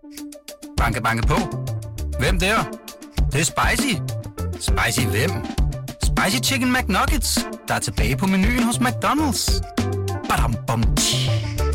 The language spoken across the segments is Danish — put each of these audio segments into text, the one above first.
Banke, banke på. Hvem der? Det er spicy. Spicy hvem? Spicy Chicken McNuggets, der er tilbage på menuen hos McDonald's. Badum, bom, tji.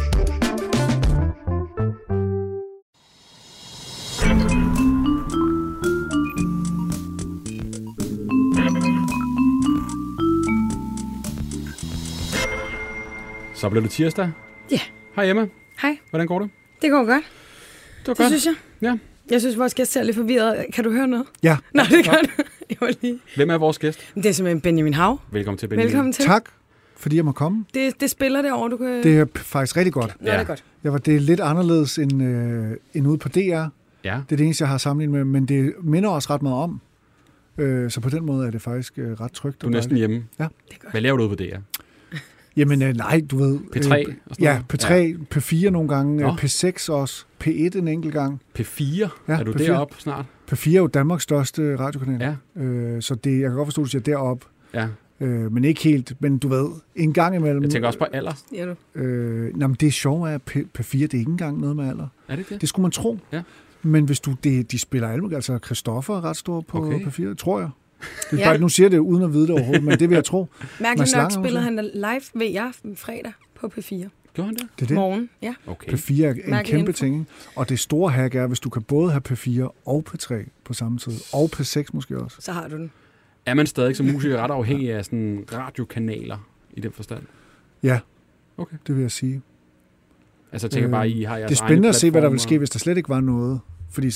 Så blev det tirsdag. Ja. Hej Emma. Hej. Hvordan går det? Det går godt. Det synes jeg. Ja. Jeg synes, vores gæst er lidt forvirret. Kan du høre noget? Ja. Nå, det kan du. Jeg var lige. Hvem er vores gæst? Det er simpelthen Benjamin Hav. Velkommen til, Benjamin. Velkommen til. Tak, fordi jeg må komme. Det spiller det over, du kan... Det er faktisk rigtig godt. Nå, det er godt. Det er lidt anderledes end ude på DR. Ja. Det er det eneste, jeg har sammenlignet med, men det minder også ret meget om. Så på den måde er det faktisk ret trygt. Du er næsten hjemme. Ja. Hvad laver du ude på DR? Jamen nej, du ved... P3? Ja, P3, ja. P4 nogle gange, Nå. P6 også, P1 en enkelt gang. P4? Ja, er du P4. deroppe snart? P4 er jo Danmarks største radiokanal. Ja. Så det, jeg kan godt forstå, at du siger deroppe. Ja. Men ikke helt, men du ved, en gang imellem... Jeg tænker også på alder. Ja, du. Men det er sjovt, at P4, det er ikke engang noget med alder. Er det det? Det skulle man tro. Ja. Men hvis du, de spiller alle, altså Christoffer er ret stor på P4, tror jeg. Det er Ja. bare, nu siger jeg det uden at vide det overhovedet, men det vil jeg tro. Mærkeligt nok spillede han da live ved jer fredag på P4. Gjorde han det? Det er det. Morgen, ja. Okay. P4 er en Mærkelig kæmpe info. ting. Og det store hack er, hvis du kan både have P4 og P3 på samme tid, og P6 måske også. Så har du den. Er man stadig som musiker ret afhængig af sådan radiokanaler i den forstand? Ja, Okay. det vil jeg sige. Altså jeg tænker bare, I har jeres Det er spændende at se, hvad der vil ske, platforme hvis der slet ikke var noget. Fordi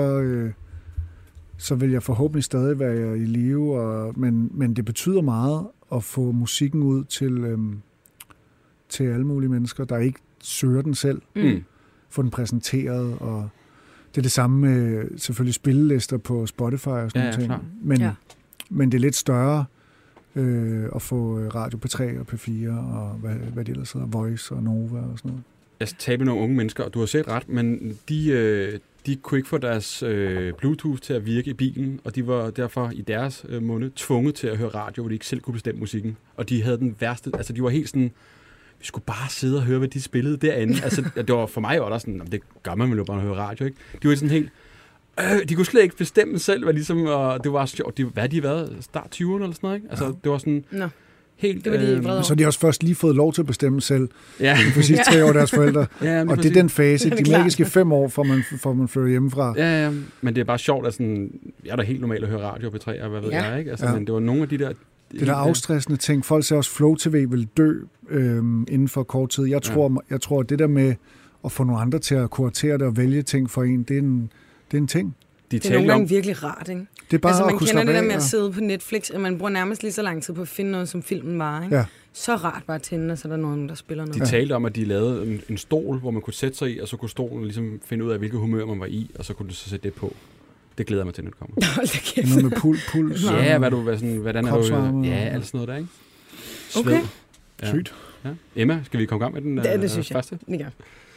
så vil jeg forhåbentlig stadig være i live. Men det betyder meget at få musikken ud til alle mulige mennesker, der ikke søger den selv. Få den præsenteret. Og det er det samme med selvfølgelig spillelister på Spotify og sådan nogle ting. Klar. Men det er lidt større at få Radio P3 og P4 og hvad det ellers hedder, Voice og Nova og sådan noget. Jeg taler med nogle unge mennesker, og du har set ret, men de kunne ikke få deres Bluetooth til at virke i bilen, og de var derfor i deres måned tvunget til at høre radio, hvor de ikke selv kunne bestemme musikken. Og de havde den værste, altså de var helt sådan, vi skulle bare sidde og høre, hvad de spillede derinde. Altså det var for mig jo også sådan, det gør man jo bare at høre radio, ikke? De var sådan helt, de kunne slet ikke bestemme selv, hvad ligesom, og det var sjovt. Hvad de været? Start 20'erne eller sådan noget, ikke? Altså det var sådan... Nå. Helt, det var de vrede over. Så de har også først lige fået lov til at bestemme selv. Ja. De sidste 3 år deres forældre. Ja, og det er den fase. De magiske 5 år, får man flytter hjemmefra. Ja, men det er bare sjovt, at sådan, jeg er da helt normalt at høre radio på P3, og hvad ved jeg, ikke? Altså, men det var nogle af de der... Det der afstressende ting. Folk ser også, Flow TV vil dø inden for kort tid. Jeg tror, at det der med at få nogle andre til at kuratere det og vælge ting for en, det er en ting. Det er nogle gange virkelig rart, ikke? Det er bare altså, man at kunne kender det der med af, at sidde på Netflix, at man bruger nærmest lige så lang tid på at finde noget, som filmen var, ikke? Ja. Så rart bare at tænde, og så er der nogen, der spiller noget. De talte om, at de lavede en stol, hvor man kunne sætte sig i, og så kunne stolen ligesom finde ud af, hvilket humør man var i, og så kunne du så sætte det på. Det glæder mig til, når det kommer. Hold da kæft. Noget med puls. Ja, hvordan er du... Ja, alt sådan noget der, ikke? Sved. Okay. Ja. Sygt. Ja. Emma, skal vi komme i gang med den det synes første? Jeg. Det gør.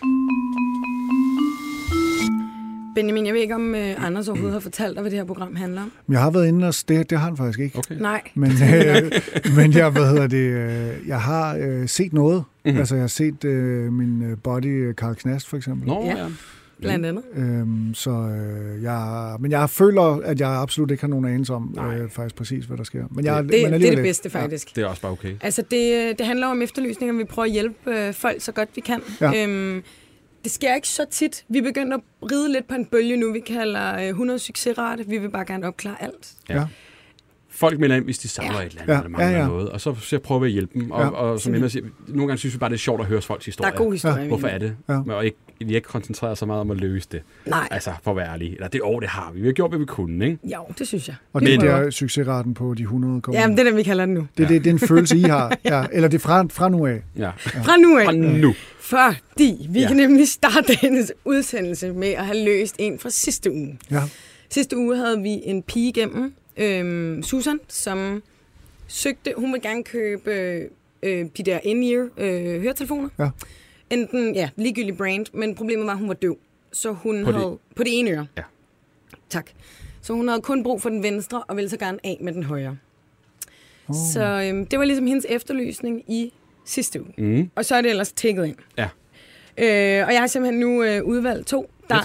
Benjamin, jeg ved ikke, om Anders overhovedet har fortalt dig, hvad det her program handler om. Jeg har været inde og det har han faktisk ikke. Okay. Nej. Men jeg har set noget. Mm-hmm. Altså, jeg har set min buddy Karl Knast, for eksempel. Nå, ja. Blandt andet. Men jeg føler, at jeg absolut ikke har nogen anelse om faktisk præcis, hvad der sker. Men det er det bedste, faktisk. Ja, det er også bare okay. Altså, det handler om efterlysninger. Vi prøver at hjælpe folk så godt vi kan. Ja. Det sker ikke så tit. Vi begynder at ride lidt på en bølge nu, vi kalder 100 succesrate. Vi vil bare gerne opklare alt. Ja. Folk melder ind, hvis de samler et eller andet, eller mangler noget, og så prøver vi at hjælpe dem. Og som Emma siger, nogle gange synes vi bare, det er sjovt at høre folks historier. Der er god historie. Ja. Hvorfor er det? Ja. Og vi ikke koncentreret så meget om at løse det. Nej. Altså, for at være ærlig. Eller det har vi. Vi har gjort, hvad vi kunne, ikke? Jo, det synes jeg. Og det er succesraten på de 100 kommer. Jamen, det er det, vi kalder det nu. Det er en følelse, I har. Ja. Eller det er fra nu af. Ja. Fra nu af. Fra nu. Fordi vi kan nemlig starte dagens udsendelse med at have løst en fra sidste uge. Ja. Sidste uge havde vi en pige igennem, Susan, som søgte, hun ville gerne købe de der in-ear høretelefoner. Ja. Enten, ligegyldig brand, men problemet var, at hun var døv. Så hun havde, på det ene øre. Ja. Tak. Så hun havde kun brug for den venstre, og ville så gerne af med den højre. Så det var ligesom hendes efterlysning i sidste uge. Mm. Og så er det ellers tækket ind. Ja. Og jeg har simpelthen nu udvalgt 2, der er med.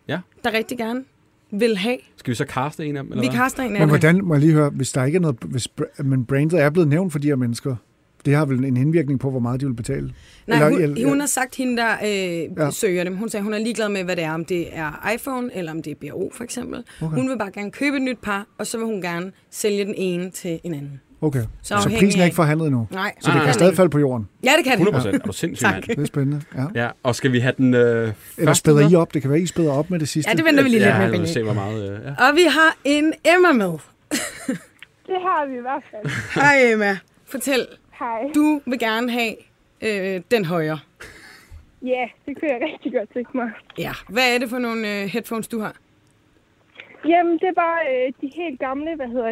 der rigtig gerne vil have. Skal vi så caste en af dem? Eller Vi hvad? kaster en af Men dem. hvordan, må jeg lige høre, hvis der ikke er noget, men brandet er blevet nævnt for de her mennesker, det har vel en indvirkning på, hvor meget de vil betale? Nej, hun har sagt, hende der søger dem. Hun sagde, hun er ligeglad med, hvad det er, om det er iPhone, eller om det er BRO for eksempel. Okay. Hun vil bare gerne købe et nyt par, og så vil hun gerne sælge den ene til en anden. Okay, så prisen er ikke forhandlet endnu? Nej. Så det kan stadig falde på jorden? Ja, det kan det. 100%. Er du sindssygt, mand? Det er spændende, ja. Og skal vi have den eller spæder I op? Det kan være, I spæder op med det sidste. Ja, det venter vi lige lidt med, Benny. Se, hvor meget... Og vi har en Emma med. Det har vi i hvert fald. Hej Emma. Fortæl. Hej. Du vil gerne have den højre. Ja, det kunne jeg rigtig godt tænke mig. Ja. Hvad er det for nogle headphones, du har? Jamen, det er bare de helt gamle,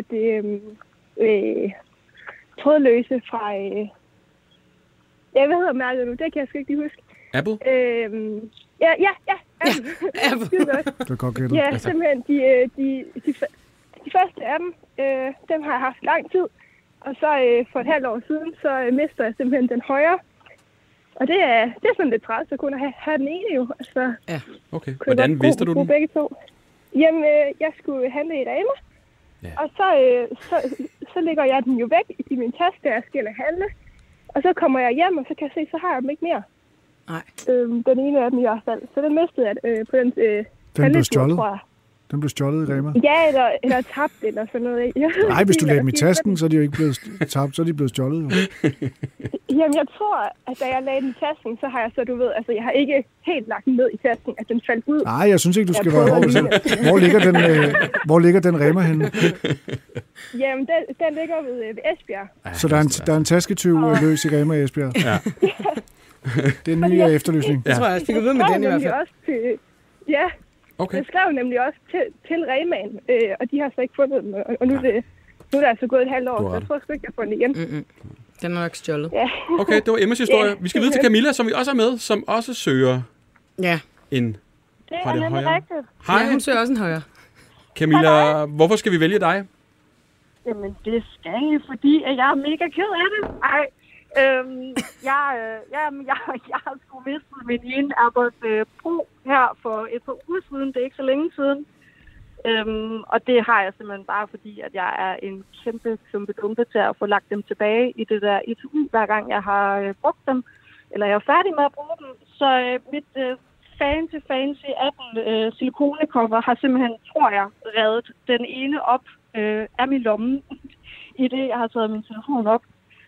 trådløse fra... hvad hedder mærket nu? Det kan jeg sgu ikke lige huske. Apple? Ja. Apple. Det er godt gættet. Ja, simpelthen de første af dem har jeg haft lang tid. Og så for et halvt år siden, så mister jeg simpelthen den højre. Og det er sådan lidt træls at kunne have den ene jo. Altså, ja, okay. Hvordan vidste du den? Begge to. Jamen, jeg skulle handle i Rema. Ja. Og så lægger jeg den jo væk i min taske, da jeg skal handle. Og så kommer jeg hjem, og så kan jeg se, så har jeg dem ikke mere. Nej. Den ene af dem i hvert fald. Så den mistede jeg på den handletur, tror jeg. Den blev stjålet i Rema? Ja, eller tabt eller sådan noget. Nej, hvis du lagde dem i tasken, så er de jo ikke blevet tabt, så er de blevet stjålet. Jo. Jamen, jeg tror, at da jeg lagde den i tasken, så har jeg så, du ved, altså jeg har ikke helt lagt den ned i tasken, at den faldt ud. Nej, jeg synes ikke, du skal være hård. Hvor ligger den Rema henne? Jamen, den ligger ved Esbjerg. Så der er en tasketyv løs i Rema i Esbjerg? Ja. Det er en ny efterlysning. Jeg tror, jeg fik ud med den i hvert fald. Ja. Okay. Jeg skrev nemlig også til Remaen, og de har så ikke fundet den, og nu er det altså gået et halvt år, så jeg tror sgu ikke, jeg får den igen. Mm-mm. Den er nok stjålet. Ja. Okay, det var Emmas historie. Yeah. Vi skal videre til Camilla, som vi også er med, som også søger en... Det er nemlig rigtigt. Hej. Ja, hun søger også en højre. Camilla, hvorfor skal vi vælge dig? Jamen, det skal jeg, fordi jeg er mega ked af det. Ej. Jeg har sgu mistet min ene AirPods Pro her for et par uger siden. Det er ikke så længe siden. Og det har jeg simpelthen bare fordi, at jeg er en kæmpe dumpe til at få lagt dem tilbage i det der etui, hver gang jeg har brugt dem. Eller jeg er færdig med at bruge dem. Så mit fancy Apple silikonekoffer har simpelthen, tror jeg, reddet den ene op af min lomme, i det jeg har taget min telefon op.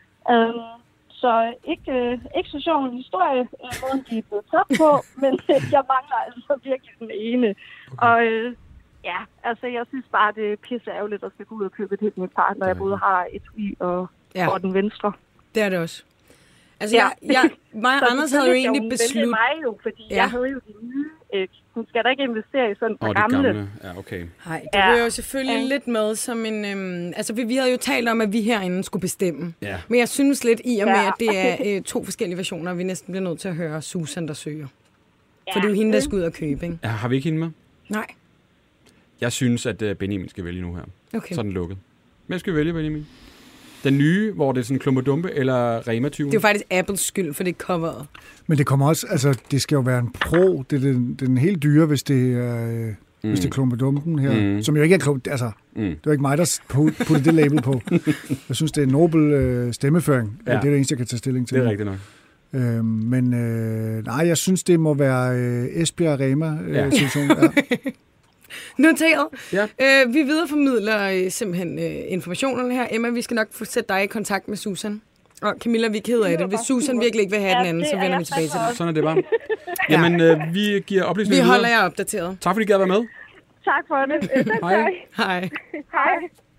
Så ikke så sjov en historie, måden de er blevet tabt på, men jeg mangler altså virkelig den ene. Og altså jeg synes bare, det er pisseærgerligt at skal gå ud og købe et helt nyt par, når jeg både har et i og den venstre. Det er det også. Altså mig og Anders havde jo egentlig besluttet... mig jo, fordi jeg havde jo de nye. Hun skal da ikke investere i sådan en gamle. Ja, okay. Nej, det var jo selvfølgelig lidt med som en... altså, vi havde jo talt om, at vi herinde skulle bestemme. Ja. Men jeg synes lidt i og med, at det er to forskellige versioner, vi næsten bliver nødt til at høre Susan, der søger. Ja. For det er jo hende, der skal ud og købe, ikke? Ja, har vi ikke hende med? Nej. Jeg synes, at Benjamin skal vælge nu her. Okay. Så er den lukket. Hvem skal vi vælge, Benjamin? Den nye, hvor det er sådan klumperdumpe, eller Rema-tyven? Det er jo faktisk Apples skyld, for det er coveret. Men det kommer også, altså det skal jo være en Pro. Det er den helt dyre, hvis det er, hvis det er klumperdumpen her. Som jo ikke er klump, altså det var ikke mig, der puttede det label på. Jeg synes, det er en nobel stemmeføring. Ja. Det er det eneste, jeg kan tage stilling til. Det er rigtigt nok. Men nej, jeg synes, det må være Esbjerg Rema-situation. Ja. Noteret. Ja. Vi videreformidler simpelthen informationerne her. Emma, vi skal nok få sætte dig i kontakt med Susan. Og Camilla, vi er ked af det. Hvis Susan virkelig ikke vil have den anden, så vender vi tilbage til dig. Sådan er det bare. Jamen, vi giver oplysninger. Vi holder jer opdateret. Tak fordi I gad være med. Tak for det. Hej. Hej. Hej.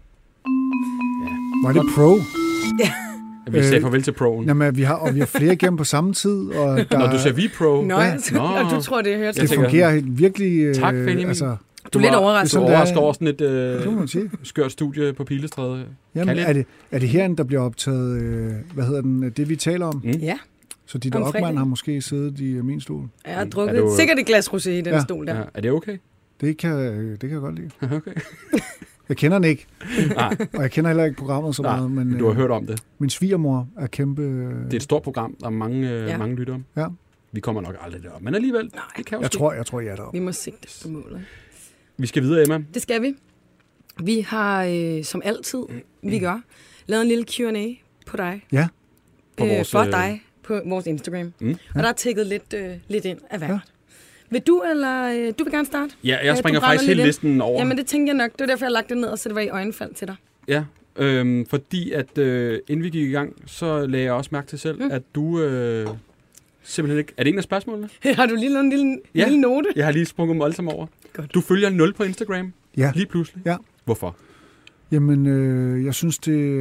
Var det Pro? Ja. Vi sagde farvel til Pro'en. Jamen, vi har flere igennem på samme tid. Og der, når du siger vi Pro. Og du tror, det er hørt. Det fungerer virkelig... Tak, Benjamin. Altså, du er lidt overrasket. Du er overrasket over sådan et skørt studie på Pilestræde. Jamen, er det herinde, der bliver optaget, det vi taler om? Ja. Så Ditte Okman har måske siddet i min stol? Jeg har drukket sikkert et glas rosé i den stol der. Ja. Er det okay? Det kan jeg godt lide. Okay. Jeg kender den ikke. Og jeg kender heller ikke programmet så meget. Men du har hørt om det. Min svigermor er kæmpe... Det er et stort program, der er mange lyttere. Ja. Vi kommer nok aldrig derop, men alligevel, det kan jeg tror, jeg er deroppe. Vi må sigte på målet. Vi skal videre, Emma. Det skal vi. Vi har, som altid, vi gør, lavet en lille Q&A på dig. Ja. For dig på vores Instagram. Og der er tækket lidt ind af hvert. Ja. Vil du, eller du vil gerne starte? Ja, jeg springer faktisk hele listen over. Jamen, det tænker jeg nok. Det var derfor, jeg lagde det ned, og så det var i øjenfald til dig. Ja, fordi at inden vi gik i gang, så lagde jeg også mærke til selv, at du simpelthen ikke... Er det en af spørgsmålene? Har du lige lavet en lille note? Jeg har lige sprunget dem alle sammen over. Godt. Du følger 0 på Instagram? Ja. Lige pludselig? Ja. Hvorfor? Jamen, jeg synes,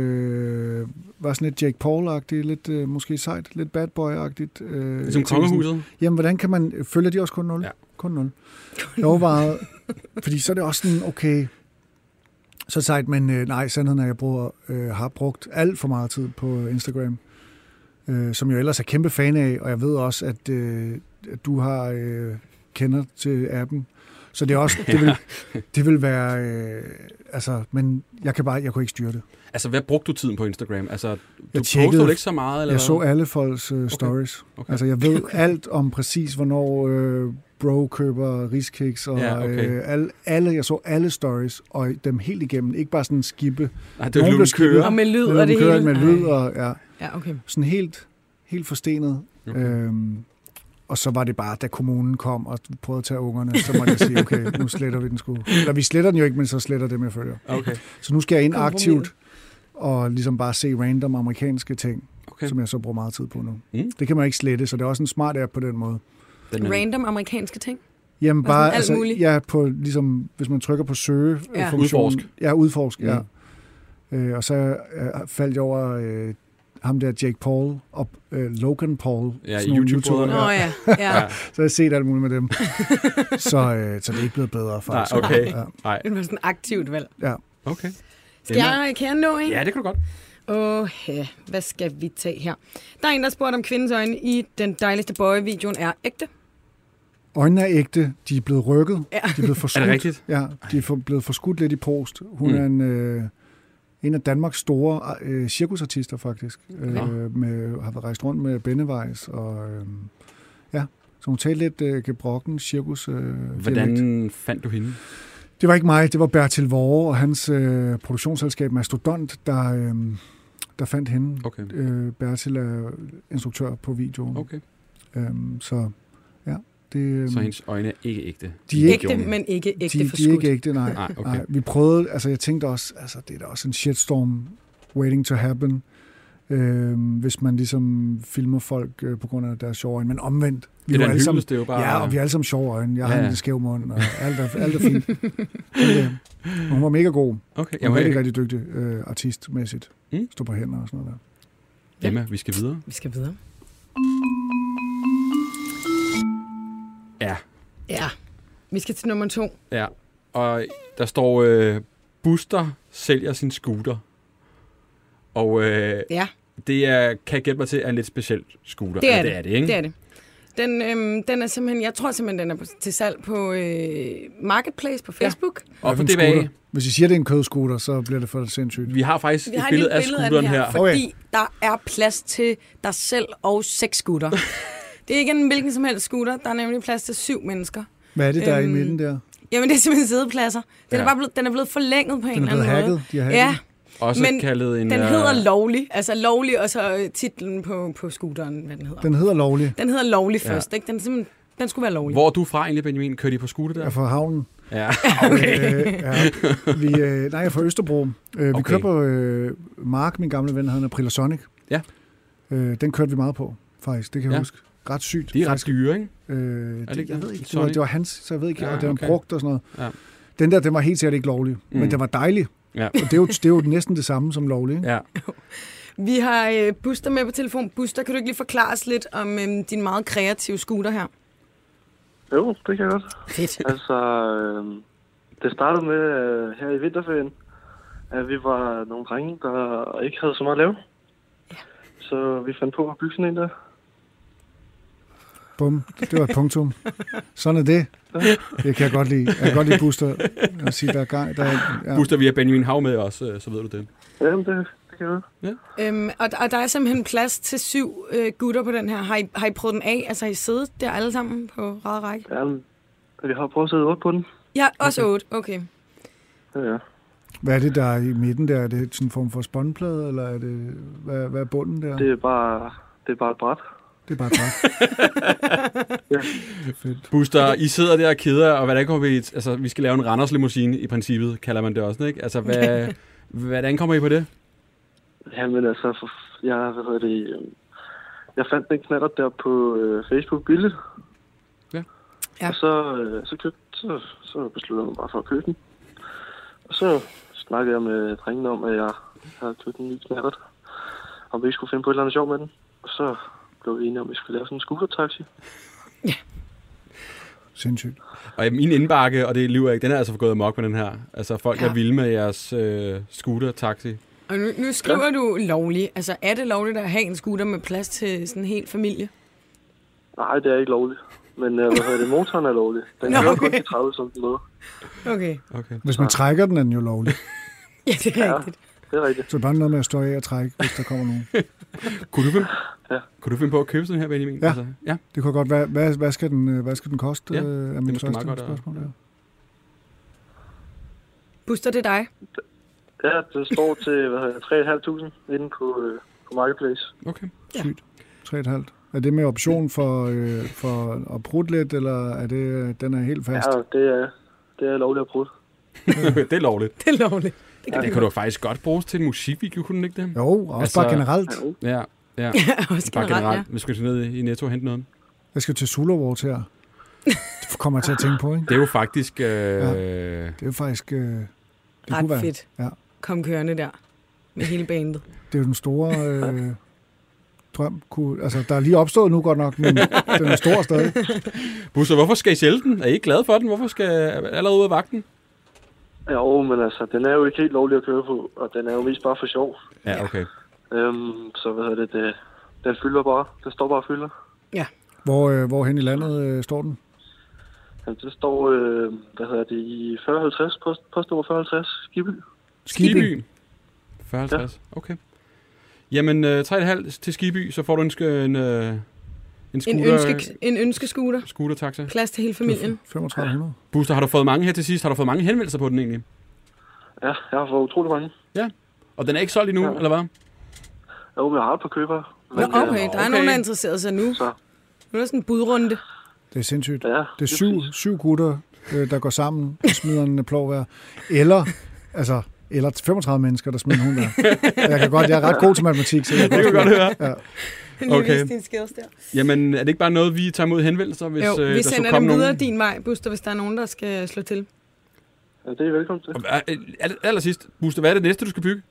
det var sådan lidt Jake Paul-agtigt, lidt måske sejt, lidt bad boy-agtigt. Ligesom kongehuset? Jamen, hvordan kan man... Følger de også kun 0? Ja. Kun 0. Jeg overvejede, fordi så er det også sådan, okay, så sejt, men nej, sandheden er, at jeg har brugt alt for meget tid på Instagram, som jeg ellers er kæmpe fan af, og jeg ved også, at du har kender til appen. Så det er også, det vil være, men jeg kunne ikke styre det. Altså, hvad brugte du tiden på Instagram? Altså, du postede ikke så meget? Eller jeg så alle folks stories. Okay. Altså, jeg ved alt om præcis, hvornår bro køber riskiks, og jeg så alle stories, og dem helt igennem. Ikke bare sådan skippe. Nej, det var kører. Og med lyd og det hele. Med lyd og, ja, okay. Sådan helt forstenet. Okay. Og så var det bare, da kommunen kom og prøvede at tage ungerne, så måtte jeg sige, okay, nu sletter vi den sgu. Eller vi sletter den jo ikke, men så sletter dem, jeg følger. Okay. Så nu skal jeg ind aktivt og ligesom bare se random amerikanske ting, som jeg så bruger meget tid på nu. Det kan man ikke slette, så det er også en smart app på den måde. Random amerikanske ting? Jamen bare, på ligesom, hvis man trykker på søgefunktionen. Udforsk, ja. Og så faldt jeg over... ham der Jake Paul og Logan Paul. Ja, YouTuber. Ja. Så jeg har set alt muligt med dem. så det er ikke blevet bedre, faktisk. Nej, okay. Ja. Det var sådan aktivt valg. Ja. Okay. Kan jeg nå en? Ja, det kan du godt. Hvad skal vi tage her? Der er en, der spurgte om kvindens øjne i Den Dejligste Boy-videoen er ægte. Øjnene er ægte. De er blevet rykket. Ja. De er blevet forskudt. Er det rigtigt? Ja, de er blevet forskudt lidt i post. Hun er en af Danmarks store cirkusartister, faktisk. Har været rejst rundt med Bennevejs, og så hun talte lidt gebrokken cirkus. Hvordan fandt du hende? Det var ikke mig, det var Bertil Vore og hans produktionsselskab Mastodont, der fandt hende. Okay. Bertil er instruktør på videoen. Okay. Så hendes øjne er ikke ægte? De er ægte, men ikke ægte forskudt. De er ikke ægte, nej. Okay. Nej. Vi prøvede, jeg tænkte også, det er da også en shitstorm waiting to happen, hvis man ligesom filmer folk på grund af deres sjove øjne, men omvendt. Det er hyldes, det er jo bare... Ja, og vi er alle sammen sjove øjne. Jeg har en skæv mund, og alt er fint. Hun var mega god. Okay. Hun var rigtig dygtig artistmæssigt. Stå på hænder og sådan noget der. Emma, vi skal videre. Ja, vi skal til nummer 2. Ja, og der står, Buster sælger sin scooter. Og det er, kan jeg gætte mig til, er en lidt speciel scooter. Det er det, ikke? Det er det. Den er simpelthen, jeg tror simpelthen, den er til salg på Marketplace på Facebook. Ja. Og på DBA. Hvis I siger, det er en kødscooter, så bliver det for sindssygt. Vi har faktisk et billede af scooteren her. Fordi der er plads til dig selv og 6 scooter. Det er ikke en hvilken som helst scooter. Der er nemlig plads til 7 mennesker. Hvad er det, der er i midten der? Jamen, det er simpelthen siddepladser. Den er blevet forlænget på en eller anden måde. Den er blevet hacket. De har hacket. Ja. Også men kaldet en... Den hedder Lovlig. Altså Lovlig, og så titlen på scooteren, hvad den hedder. Den hedder Lovlig. Den hedder Lovlig først, ikke? Den skulle være lovlig. Hvor er du fra egentlig, Benjamin? Kører de på scooter der? Jeg er fra havnen. Ja, okay. Jeg er fra Østerbro. Vi kører på Mark, min gamle ven, han er Prilosonic. Ja. Den kørte vi meget på, faktisk. Det kan jeg huske. Ret sygt. De er ret dyre, ikke? Jeg ved ikke. Det var hans, så jeg ved ikke. Ja, og den var brugt og sådan noget. Ja. Den var helt sikkert ikke lovlig, men den var dejlig. Ja. Og det er jo næsten det samme som lovlig, ikke? Ja. Vi har Buster med på telefon. Buster, kan du ikke lige forklare os lidt om din meget kreative scooter her? Jo, det kan jeg godt. Fedt. Altså, det startede med her i vinterferien, at vi var nogle drenge, der ikke havde så meget at lave. Ja. Så vi fandt på at bygge sådan en der. Bum, det var et punktum. Sådan er det. Det kan jeg godt lide. Jeg kan godt lide Buster. Jeg sige, der er gang. Buster, vi har Benjamin Hav med os, så ved du det. Jamen, det kan jeg. Ja. Og der er simpelthen plads til 7 gutter på den her. Har I prøvet den af? Altså, har I siddet der alle sammen på rad og række? Ja, vi har prøvet at sidde 8 på den. Ja, også 8. Okay. Ja. Hvad er det, der er i midten der? Er det sådan en form for spåndplade, eller er det, hvad er bunden der? Det er bare et bræt. Det er bare et bræt. Ja. Fedt. Buster, I sidder der og keder, og hvordan kommer vi... Altså, vi skal lave en Randers limousine i princippet, kalder man det også, ikke? Altså, hvordan kommer I på det? Jamen altså, jeg fandt den knallert der på Facebook billigt. Ja. Og så besluttede jeg mig bare for at købe den. Og så snakkede jeg med drengene om, at jeg havde købt en ny knallert. Om vi skulle finde på et eller andet sjov med den. Og så blev vi enige om, at vi skulle lave sådan en scooter-taxi. Ja. Sindssygt. Og min indbakke, og det lyver ikke, den er altså gået amok med den her. Altså, folk er vilde med jeres scooter-taxi. Og nu skriver du lovligt. Altså, er det lovligt at have en scooter med plads til sådan en hel familie? Nej, det er ikke lovligt. Men motoren er lovlig. Den kører kun til 30 som den måde. Okay. Hvis man trækker den, er den jo lovlig. Ja, det er rigtigt. Det er rigtigt. Så det er bare noget med at stå af og trække, hvis der kommer nogen. Kunne du finde på at købe sådan her, Benjamin? Ja, altså, ja. Det kunne godt være. Hvad skal den koste? Ja, det er måske meget godt spørgsmål. Ja. Buster, det er dig. Ja, det står til 3.500 inde på Marketplace. Okay. Sygt. 3,5. Er det med option for at prutte lidt, eller er det, den er helt fast? Ja, det er lovligt at prutte. Det er lovligt. Det er lovligt. Det kan du faktisk godt bruges til en musikvideo, kunne den ikke det? Jo, også bare generelt. Ja. Ja, også bare generelt. ja. Vi skal ned i Netto og hente noget. Jeg skal til Sulovort her. Det kommer jeg til at tænke på, ikke? Det er jo faktisk... Det er jo faktisk... det ret være. fedt. Ja. Kom kørende der med hele bandet. Det er jo den store drøm. Altså, der er lige opstået nu godt nok, men den er stor stadig. Busser, hvorfor skal I sælge den? Er I ikke glade for den? Hvorfor skal allerede ud af vagten? Jo, men altså, den er jo ikke helt lovlig at køre på, og den er jo mest bare for sjov. Ja, okay. Så den fylder bare. Den står bare og fylder. Ja. Hvor hen i landet står den? Jamen, det står, i 4050, postnummer 4050, Skibby. Skibby? 4050, ja. Okay. Jamen, 3,5 til Skibby, så får du en scooter. En ønskescooter. Scooter-taxa. Plads til hele familien. 3500. Buster, har du fået mange her til sidst? Har du fået mange henvendelser på den egentlig? Ja, jeg har fået utrolig mange. Ja. Og den er ikke solgt endnu, eller hvad? Jo, men jeg har et par købere. Nå, okay. Der er nogen, der er interesseret sig nu. Så. Nu er der sådan en budrunde. Det er sindssygt. Ja, det er syv gutter, der går sammen og smider en plovvær. Eller 35 mennesker, der smider en hund der. Jeg er ret god til matematik, så jeg kan godt høre. Ja. Okay. Jamen, er det ikke bare noget, vi tager mod henvendelser, hvis jo, vi sender dem videre nogen? Din vej, Buster, hvis der er nogen, der skal slå til. Ja, det er velkommen til. Allersidst, Buster, hvad er det næste, du skal bygge?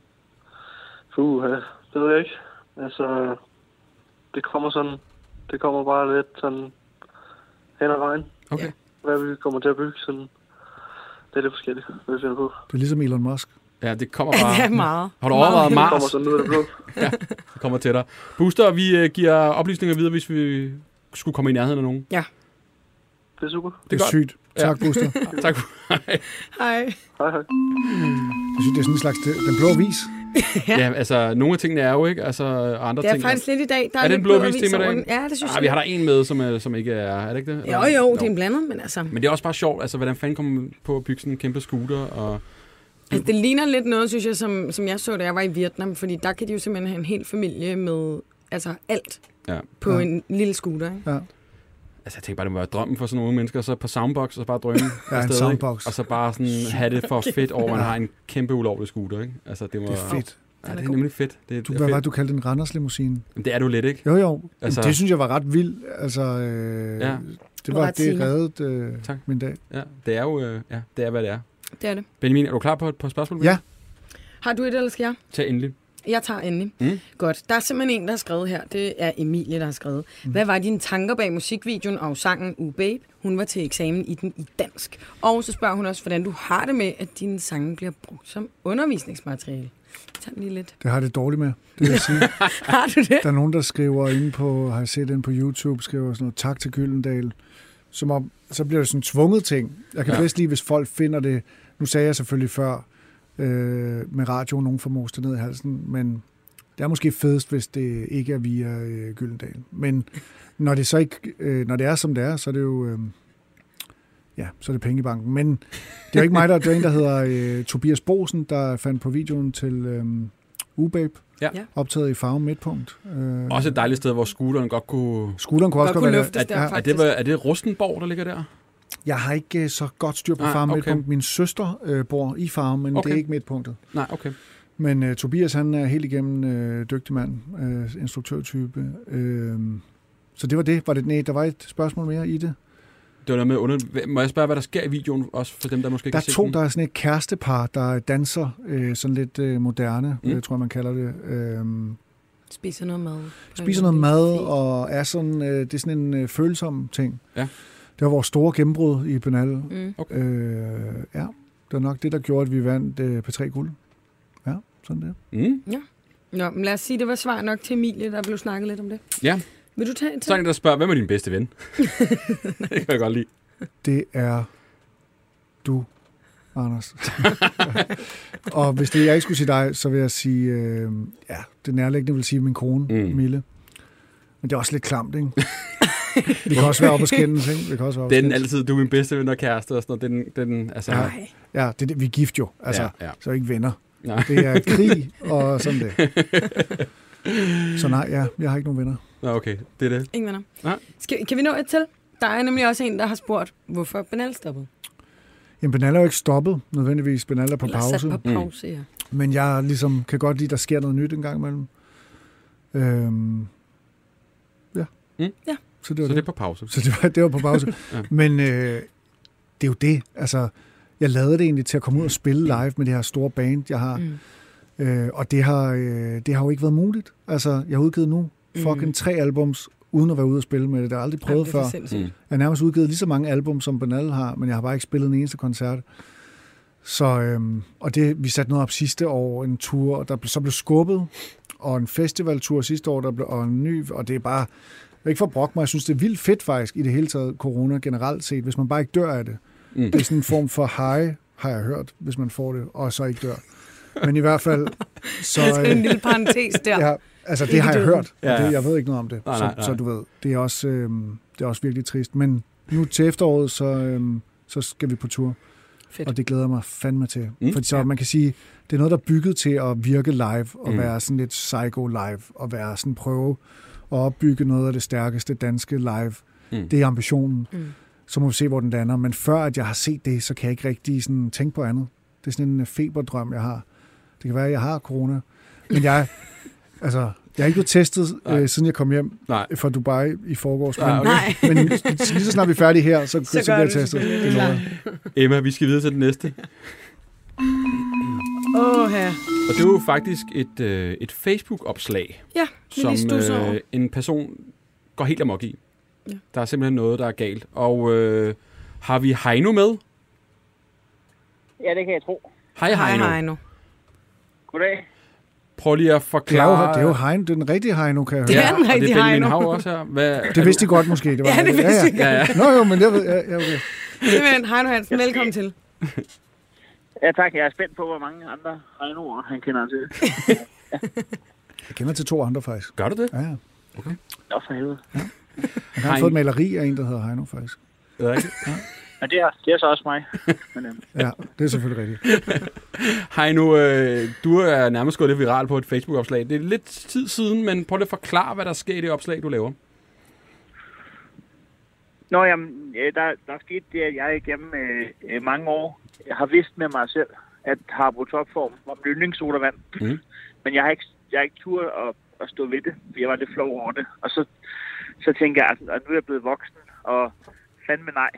Det ved jeg ikke. Altså, det kommer bare lidt sådan hen ad vejen. Okay. Hvad vi kommer til at bygge, sådan. Det er lidt forskelligt, hvad vi finder på. Det er ligesom Elon Musk. Ja, det kommer bare... Det er meget. Har du overvejet Mars? Det kommer sådan ud af det blå. Ja, det kommer til dig. Buster, vi giver oplysninger videre, hvis vi skulle komme i nærheden af nogen. Ja. Det er super. Det er sygt. Tak, Buster. Tak. Hej. Hej. Jeg synes, det er sådan en slags den blå vis. Ja, altså, nogle af tingene er jo ikke, altså andre ting. Det er faktisk lidt i dag. Der er det en blå vis tema i dag? Ja, det synes jeg. Vi har der en med, som ikke er det ikke det? Jo, det er en blandet, men altså... Men det er også bare sjovt, altså, hvordan fanden kommer man på at bygge sådan en kæmpe scooter, og... Altså, det ligner lidt noget, synes jeg, som jeg så, da jeg var i Vietnam, fordi der kan de jo simpelthen have en hel familie med alt på en lille scooter, ikke? Ja. Altså, jeg tænker bare, det må være drømmen for sådan nogle mennesker, så på soundbox, og så bare drømme en soundbox. Og så bare sådan have det for fedt over, at man har en kæmpe ulovlig scooter, ikke? Altså, det er fedt. Ja, det er nemlig fedt. Hvad var det, du kaldte en Randers limousine? Det er du lidt, ikke? Jo. Altså, det synes jeg var ret vildt. Altså, det reddede min dag. Ja, det er jo, det er, hvad det er. Det er det. Benjamin, er du klar på et par spørgsmål? Ja. Har du et, eller skal jeg? Tag endelig. Jeg tager endelig. Godt. Der er simpelthen en, der har skrevet her. Det er Emilie, der har skrevet. Hvad var dine tanker bag musikvideoen og sangen Babe? Hun var til eksamen i den i dansk. Og så spørger hun også, hvordan du har det med, at dine sange bliver brugt som undervisningsmateriale. Tag lige lidt. Det har det dårligt med, det vil jeg sige. Har du det? Der er nogen, der skriver inde på, har jeg set inde på YouTube, skriver sådan noget, tak til Gyldendal. Som om, så bliver det sådan tvunget ting. Jeg kan bedst lide, hvis folk finder det. Nu sagde jeg selvfølgelig før, med radio, nogen får mostet ned i halsen, men det er måske fedest, hvis det ikke er via Gyldendal. Men når det så ikke, når det er som det er, så er det jo så er det penge i banken. Men det er jo ikke mig, der er en, der hedder Tobias Bosen, der fandt på videoen til U-Babe. Ja. Optaget i Farve Midtpunkt. Også et dejligt sted, hvor scooteren godt kunne... Scooteren kunne også godt løftes der, faktisk. Er det Rustenborg, der ligger der? Jeg har ikke så godt styr på Farve Midtpunkt. Min søster bor i Farve, men det er ikke Midtpunktet. Nej, okay. Men Tobias, han er helt igennem dygtig mand, instruktørtype. Så det var det. Der var et spørgsmål mere i det? Det var noget med må jeg spørge, hvad der sker i videoen, også for dem, der måske ikke har set den? Der er sådan et kærestepar, der danser sådan lidt moderne, tror jeg, man kalder det. Spiser noget mad. Og er sådan, det er sådan en følsom ting. Ja. Det var vores store gennembrud i Penal. Okay. Det var nok det, der gjorde, at vi vandt P3 Guld. Ja, sådan det. Ja. Nå, men lad os sige, det var svar nok til Emilie, der blev snakket lidt om det. Ja. Vil du tage en til? Så er der spørger, hvem er din bedste ven? Det kan jeg godt lide. Det er du, Anders. Og hvis jeg ikke skulle sige dig, så vil jeg sige, det nærliggende vil sige min kone, Mille. Men det er også lidt klamt, ikke? Vi kan også være oppe på skændes, ikke? Den altid, du er min bedste ven og kæreste og sådan noget. Den, altså... Ja, vi er gift jo. Altså, så er ikke venner. Nej. Det er krig og sådan det. Så nej, jeg har ikke nogen venner. Nå, okay. Det er det. Ingen venner. Nej. Kan vi nå et til? Der er nemlig også en, der har spurgt, hvorfor Penal stoppede. Jamen, Penal er jo ikke stoppet, nødvendigvis. Penal er på pause. Sat på pause, ja. Men jeg ligesom kan godt lide, at der sker noget nyt en gang imellem. Ja. Så det er på pause. Så det var på pause. Ja. Men det er jo det. Altså, jeg lavede det egentlig til at komme ud og spille live med det her store band, jeg har. Og det har jo ikke været muligt. Altså, jeg har udgivet nu fucking 3 albums, uden at være ude og spille med det. Det har jeg aldrig prøvet før. Jeg har nærmest udgivet lige så mange album, som Penal har, men jeg har bare ikke spillet en eneste koncert. Så, og vi satte noget op sidste år, en tur, der så blev skubbet, og en festivaltur sidste år, og en ny, og det er bare, ikke for at brokke mig, jeg synes, det er vildt fedt faktisk, i det hele taget, corona generelt set, hvis man bare ikke dør af det. Det er sådan en form for high, har jeg hørt, hvis man får det, og så ikke dør. Men i hvert fald... Så, en lille parentes der. Ja, altså det har jeg hørt, og Ja. jeg ved ikke noget om det. Nej. Så du ved, det er også virkelig trist. Men nu til efteråret, så skal vi på tur. Fedt. Og det glæder jeg mig fandme til. Fordi så man kan sige, det er noget, der er bygget til at virke live, og være sådan lidt psycho live, og være sådan prøve at opbygge noget af det stærkeste danske live. Det er ambitionen. Så må vi se, hvor den lander. Men før at jeg har set det, så kan jeg ikke rigtig sådan tænke på andet. Det er sådan en feberdrøm, jeg har. Det kan være, at jeg har corona. Men jeg har ikke blevet testet, siden jeg kom hjem fra Dubai i forgårs. Men lige så snart vi er færdige her, så bliver jeg testet. Emma, vi skal videre til den næste. Og det er jo faktisk et Facebook-opslag, som en person går helt amok i. Ja. Der er simpelthen noget, der er galt. Og har vi Heino med? Ja, det kan jeg tro. Hej Heino. Goddag. Prøv lige at forklare... Det er jo Heino, det er den rigtige Heino, kan jeg høre. Det er den rigtige Heino. Hav også her. Det vidste de godt måske. Det var det vidste de godt. Nå jo, men jeg ved... Ja, okay. Simpelthen, Heino Hansen, velkommen til. Ja, tak. Jeg er spændt på, hvor mange andre Heino'er han kender til. Jeg kender til 2 andre, faktisk. Gør du det? Ja. Okay. Nå, for helvede. Ja. Han har fået et maleri af en, der hedder Heino, faktisk. Det er rigtigt. Ja. Ja, det er så også mig. Men, ja, det er selvfølgelig rigtigt. Heino, du er nærmest gået lidt viral på et Facebook-opslag. Det er lidt tid siden, men prøv lige at forklare, hvad der sker i det opslag, du laver. Nå, jamen, der er sket det, at jeg igennem mange år har vidst med mig selv, at Harbo Topform var min yndlingssodavand. Men jeg har ikke turde at stå ved det, for jeg var lidt flov over det. Og så tænker jeg, at nu er jeg blevet voksen, og fandme nej,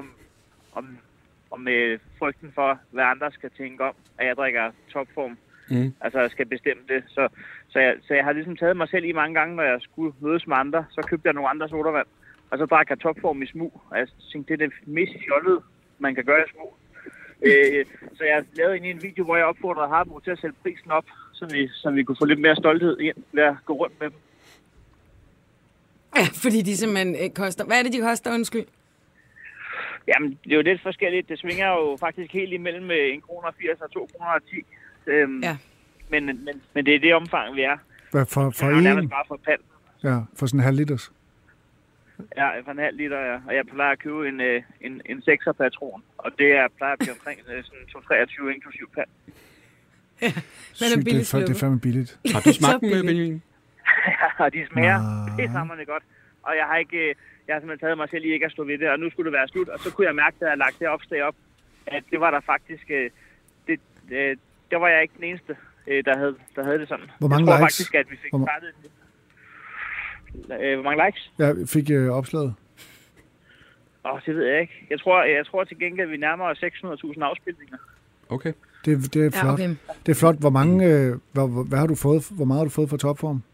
om frygten for, hvad andre skal tænke om, at jeg drikker Topform. Altså, jeg skal bestemme det. Så jeg har ligesom taget mig selv i mange gange, når jeg skulle mødes med andre, så købte jeg nogle andre sodavand. Og så drak jeg Topform i smug. Og jeg tænkte, det er det mest fjollede, man kan gøre i smug. Så jeg lavede en video, hvor jeg opfordrede Harbo til at sætte prisen op, så vi kunne få lidt mere stolthed ind ved at gå rundt med dem. Ja, fordi de simpelthen koster... Hvad er det, de koster, undskyld? Jamen, det er jo lidt forskelligt. Det svinger jo faktisk helt imellem 1,80 kroner og 2,10 kroner. Men det er det omfang, vi er. Hvad for en? Nærmest bare for pand. Ja, for sådan en halv liters. Ja, for en halv liter, ja. Og jeg plejer at købe en 6'er patron. Og det plejer at blive omkring sådan 2,23 inklusiv pand. Ja, sygt, det er fandme billigt. Har du smagt dem, Benjamin? Ja, de smager pissehamrende godt. Og jeg har simpelthen taget mig selv i ikke at stå ved det, og nu skulle det være slut. Og så kunne jeg mærke, da jeg lagt det opslag op, at det var der faktisk... Der var jeg ikke den eneste, der havde det sådan. Hvor mange likes? Faktisk, at vi fik startet det. Hvor mange likes? Ja, fik opslaget. Det ved jeg ikke. Jeg tror til gengæld, at vi nærmer os 600.000 afspilninger. Okay. Det er flot. Ja, okay. Det er flot. Hvor mange, hvad har du fået? Hvor meget har du fået fra Topform?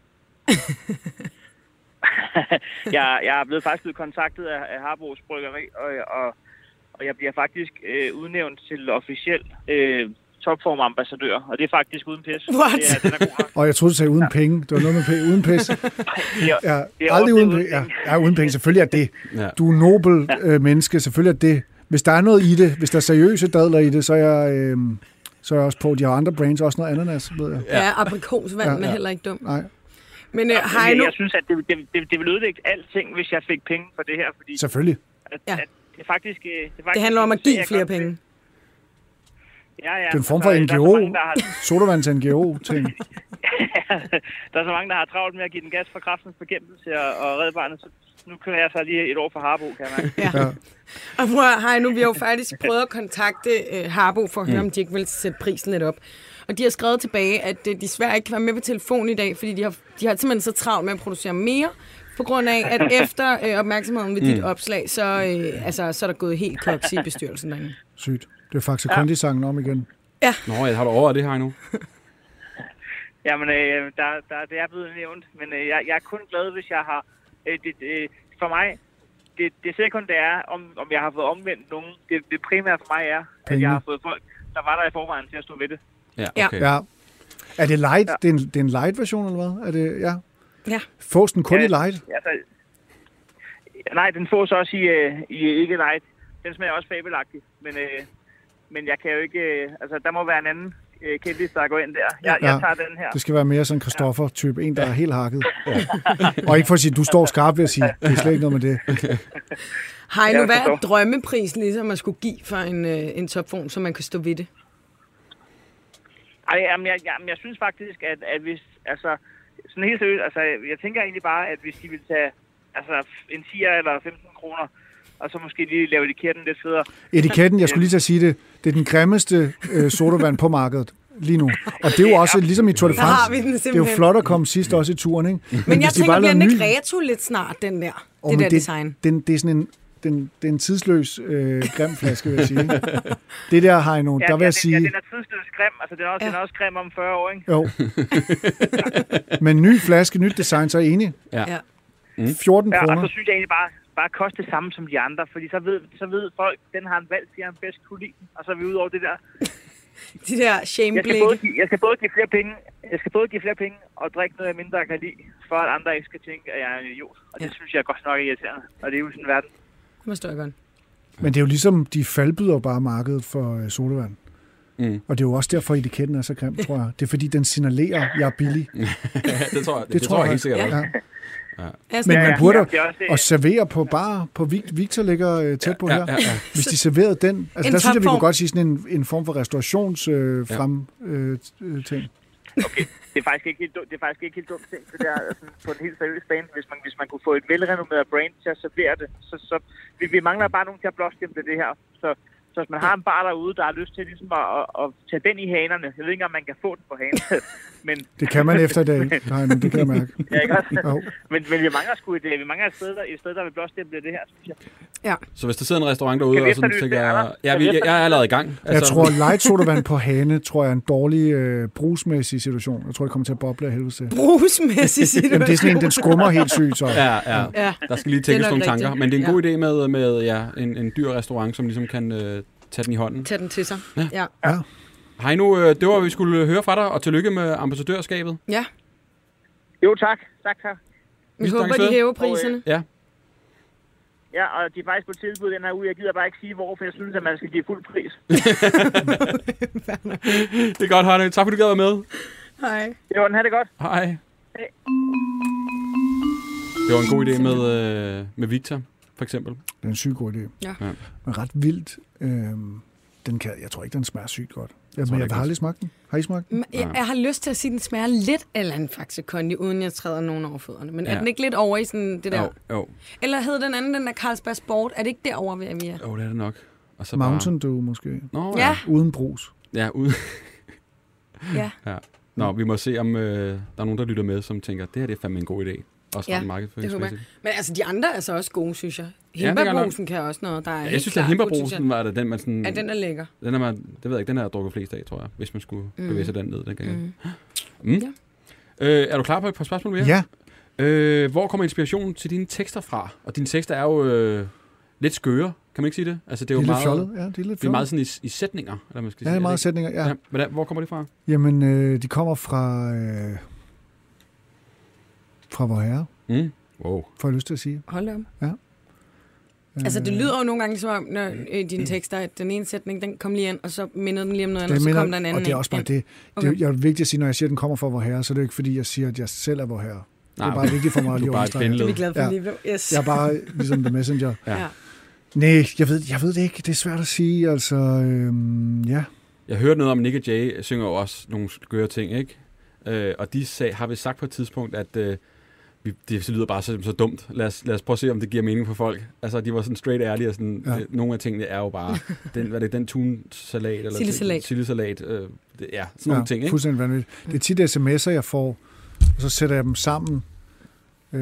jeg er faktisk blevet kontaktet af Harbos Bryggeri, og jeg bliver faktisk udnævnt til officiel Topform-ambassadør, og det er faktisk uden pis. What? Den er god. Og jeg troede, du sagde uden penge. Det var noget med penge. Uden pis. Ja, aldrig uden penge. Ja, uden penge. Selvfølgelig er det. Ja. Du er nobel menneske. Selvfølgelig er det. Hvis der er noget i det, hvis der er seriøse dadler i det, så er jeg også på. De har andre brands, også noget ananas, ved jeg. Ja, aprikosvand er heller ikke dum. Nej. Men jeg synes, at det vil ødelægge alting, hvis jeg fik penge for det her. Fordi selvfølgelig. At det faktisk... Det handler om at give flere penge. Ja. Det er en form for NGO. Sodavands-NGO-ting. Der er så mange, der har travlt med at give den gas for Kræftens Bekæmpelse og Red Barnet, så nu kører jeg så lige et år for Harbo, kan jeg mærke. Ja. Og nu vi har jo faktisk prøvet at kontakte Harbo for at høre, om de ikke vil sætte prisen lidt op. Og de har skrevet tilbage, at de desværre ikke kan være med på telefon i dag, fordi de har simpelthen så travlt med at producere mere, på grund af, at efter opmærksomheden ved dit opslag, så er der gået helt koks i bestyrelsen derinde. Sygt. Det er faktisk Kondi-sangen om igen. Ja. Nå, har du over det her nu? Jamen, det er blevet nævnt, men jeg er kun glad, hvis jeg har... for mig, det sekundære er, om jeg har fået omvendt nogen. Det primære for mig er, at jeg har fået folk, der var der i forvejen til at stå ved det. Ja, okay. Ja. Er det light? Ja. Det er en light-version, eller hvad? Er det, ja. Fås den kun i light? Nej, den fås også i ikke light. Den smager også fabelagtig, men jeg kan jo ikke... der må være en anden kendis, der går ind der. Jeg tager den her. Det skal være mere sådan Christoffer-type. En, der er helt hakket. Ja. Og ikke for at sige, du står skarpt ved at sige, det er slet ikke noget med det. Har I nu været drømmeprisen, ligesom man skulle give for en Topform, så man kan stå ved det? Jeg synes faktisk, at hvis... sådan helt seriøst, jeg tænker egentlig bare, at hvis de vil tage en 10'er eller 15 kroner, og så måske lige lave etiketten lidt federe. Etiketten, jeg skulle lige til at sige det, det er den grimmeste sodavand på markedet lige nu. Og det er jo også, ligesom i Tour de France, det er jo flot at komme sidst også i turen, ikke? Men jeg tænker, bliver den ikke retro lidt snart, den der, design? Det er sådan det er en tidsløs grim flaske, vil jeg sige. Det der har Heino, der vil jeg sige... Ja, den er tidsløs grim, den er også grim om 40 år, ikke? Jo. Men ny flaske, nyt design, så er jeg enig. Ja. 14 kroner. Og så synes jeg egentlig bare koste det samme som de andre, fordi så ved folk, den har en valg, de har en bedst kunne lide, og så er vi ude over det der. De der shameblikke. Jeg skal både give flere penge, og drikke noget, jeg mindre kan lide, for at andre ikke skal tænke, at jeg er en idiot. Og det synes jeg godt nok er irriterende, og det er jo sådan en verden. Det må stå godt. Men det er jo ligesom, de faldbyder bare markedet for sodavand. Og det er jo også derfor, etiketten er så grim, tror jeg. Det er fordi, den signalerer, at jeg er billig. Det tror jeg helt sikkert. Ja. Men man burde at servere på bar, på Victor ligger tæt på her. Hvis de serverede den, der synes jeg, vi kunne godt sige sådan en form for restaurationsfrem-ting. Okay, det er faktisk ikke helt dumt ting, det der på en helt seriøs bane, hvis man kunne få et velrenommeret brand til at servere det, så vi mangler bare nogen til at blåstemple det her. Så hvis man har en bar derude, der har lyst til ligesom at tage den i hanerne, jeg ved ikke, om man kan få den på hanerne, men... Det kan man efter i dag, det kan jeg mærke. Ja, ikke også? Men vi mangler et sted, der vil blåstemple det her, synes jeg. Ja. Så hvis der sidder en restaurant derude, og sådan tænker jeg... Jeg er allerede i gang. Jeg tror, light sodavand på hane, tror jeg er en dårlig brugsmæssig situation. Jeg tror, det kommer til at boble af helvede til. Brugsmæssig situation? Jamen, det er sådan en, den skummer helt sygt, så. Ja. Der skal lige tænkes nogle tanker. Men det er en god idé med en dyr restaurant, som ligesom kan tage den i hånden. Tage den til sig. Ja. Heino, det var, vi skulle høre fra dig, og tillykke med ambassadørskabet. Ja. Jo, tak. Tak. Vi håber, de hæver priserne. Ja. Ja, og de er faktisk på tilbud den her uge. Jeg gider bare ikke sige, hvor, for jeg synes, at man skal give fuld pris. Det er godt, Heino. Tak, fordi du gad være med. Hej. Det var den. Ha' det godt. Hej. Hej. Det var en god idé med Victor, for eksempel. Det er en syg god idé. Ja. Men ret vildt. Jeg tror ikke, den smager sygt godt. Men jeg har aldrig smagt den. Har I smagt den? Jeg har lyst til at sige, at den smager lidt eller en Faxe Kondi, uden jeg træder nogen over fødderne. Men er den ikke lidt over i sådan det der? Jo. Eller hed den anden, den der Carlsberg Sport? Er det ikke derovre, vi er? Jo, det er det nok. Og så Mountain Dew måske. Nå, ja. Uden brus. Ja, uden. Ja. Nå, vi må se, om der er nogen, der lytter med, som tænker, det her det er fandme en god idé. Også ret markedsføringsmæssigt. Men altså, de andre er så også gode, synes jeg. Himberbrusen kan også noget, der er jeg synes, at himberbrusen var den, man sådan... Ja, den er lækker. Den er, det ved jeg ikke, den har jeg drukket flest af, tror jeg, hvis man skulle bevæge sig den ned. Den gang. Ja. Er du klar på et par spørgsmål mere? Ja. Hvor kommer inspirationen til dine tekster fra? Og dine tekster er jo lidt skøre, kan man ikke sige det? Altså, det er jo meget fjollet. Ja, det er lidt fjollet. Det er meget sådan i sætninger, eller man skal sige. Ja, det er meget sætninger, ja. Hvor kommer det fra? Jamen, de kommer fra Vor Herre. Wow. Får jeg lyst til at sige. Hold op. Ja. Altså, det lyder jo nogle gange som om, når dine tekster, at den ene sætning, den kom lige ind, og så mindede den lige om noget andet, og så kom der en anden. Og det er også bare det. Okay. Det er vigtigt at sige, når jeg siger, at den kommer fra Vor Herre, så er det ikke fordi, jeg siger, at jeg selv er Vor Herre. Det er bare vigtigt for mig at lige understrege. Det er vi glade for lige. Yes. Jeg er bare ligesom The Messenger. Ja. Nej, jeg ved det ikke. Det er svært at sige. Altså, ja. Jeg hørte noget om, Nick og Jay synger jo også nogle skøre ting, ikke? Og de har vi sagt på et tidspunkt, at det lyder bare så dumt. Lad os prøve at se, om det giver mening for folk. Altså, de var sådan straight ærlige, og sådan, nogle af tingene er jo bare, den tunsalat, eller sildesalat, sådan nogle ting, ikke? Fuldstændig vanvittigt. Det er tit sms'er, jeg får, og så sætter jeg dem sammen. Det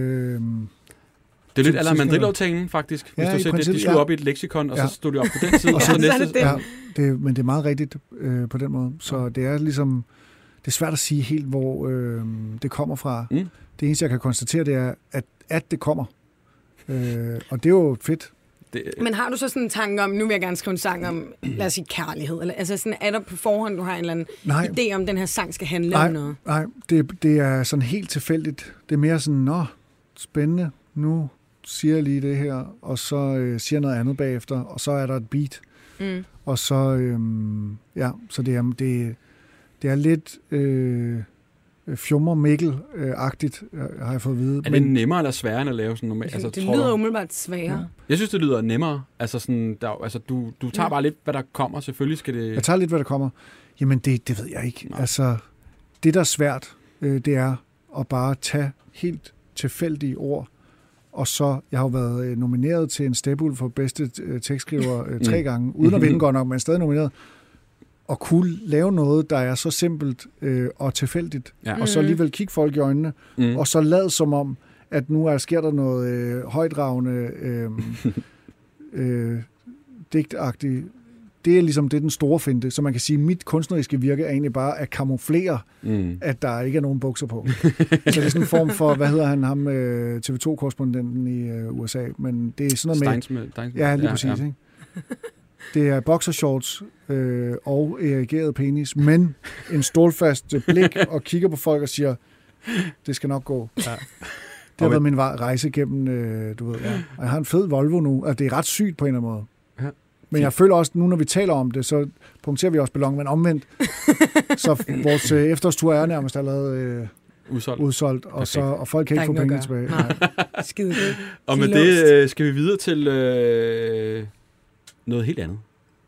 er lidt aller mandrillovtalen, faktisk. Hvis du sætter de slog op i et leksikon, og så stod de op på den side, og så næste. Men det er meget rigtigt på den måde. Så det er ligesom, det er svært at sige helt, hvor det kommer fra. Det eneste, jeg kan konstatere, det er, at det kommer. Og det er jo fedt. Men har du så sådan en tanke om, nu vil jeg gerne skrive en sang om, lad os sige, kærlighed? Eller, altså sådan, er der på forhånd, du har en eller anden idé om, den her sang skal handle om noget? Nej, det er sådan helt tilfældigt. Det er mere sådan, spændende, nu siger jeg lige det her, og så siger jeg noget andet bagefter, og så er der et beat. Og så, så det er lidt Fjummer Mikkel-agtigt, har jeg fået at vide. Er det nemmere eller sværere end at lave sådan noget? Altså, det lyder umiddelbart sværere. Ja. Jeg synes, det lyder nemmere. Altså, sådan, du tager bare lidt, hvad der kommer. Selvfølgelig skal det... Jeg tager lidt, hvad der kommer. Jamen, det ved jeg ikke. Nej. Altså, det, der er svært, det er at bare tage helt tilfældige ord, og så, jeg har jo været nomineret til en Stepul for bedste tekstskriver 3 gange, uden at vinde godt nok, men stadig nomineret. Og kunne lave noget, der er så simpelt og tilfældigt, og så alligevel kigge folk i øjnene, og så lad som om, at nu sker der noget højdragende, digtagtigt. Det er ligesom det, den store finte. Så man kan sige, at mit kunstneriske virke er egentlig bare at kamuflere, at der ikke er nogen bukser på. Så det er sådan en form for, hvad hedder han, ham TV2-korrespondenten i USA. Men det er sådan noget med... Ja, lige præcis, ikke? Det er boxershorts og erigeret penis, men en stålfast blik og kigger på folk og siger, det skal nok gå. Ja. Det har været min rejse gennem, du ved, og jeg har en fed Volvo nu, og det er ret sygt på en eller anden måde. Ja. Men jeg føler også, nu når vi taler om det, så punkterer vi også ballon, men omvendt. Så vores efterårstur er nærmest allerede udsolgt og folk kan ikke få penge tilbage. Nej. Skide det. Og med det skal vi videre til noget helt andet.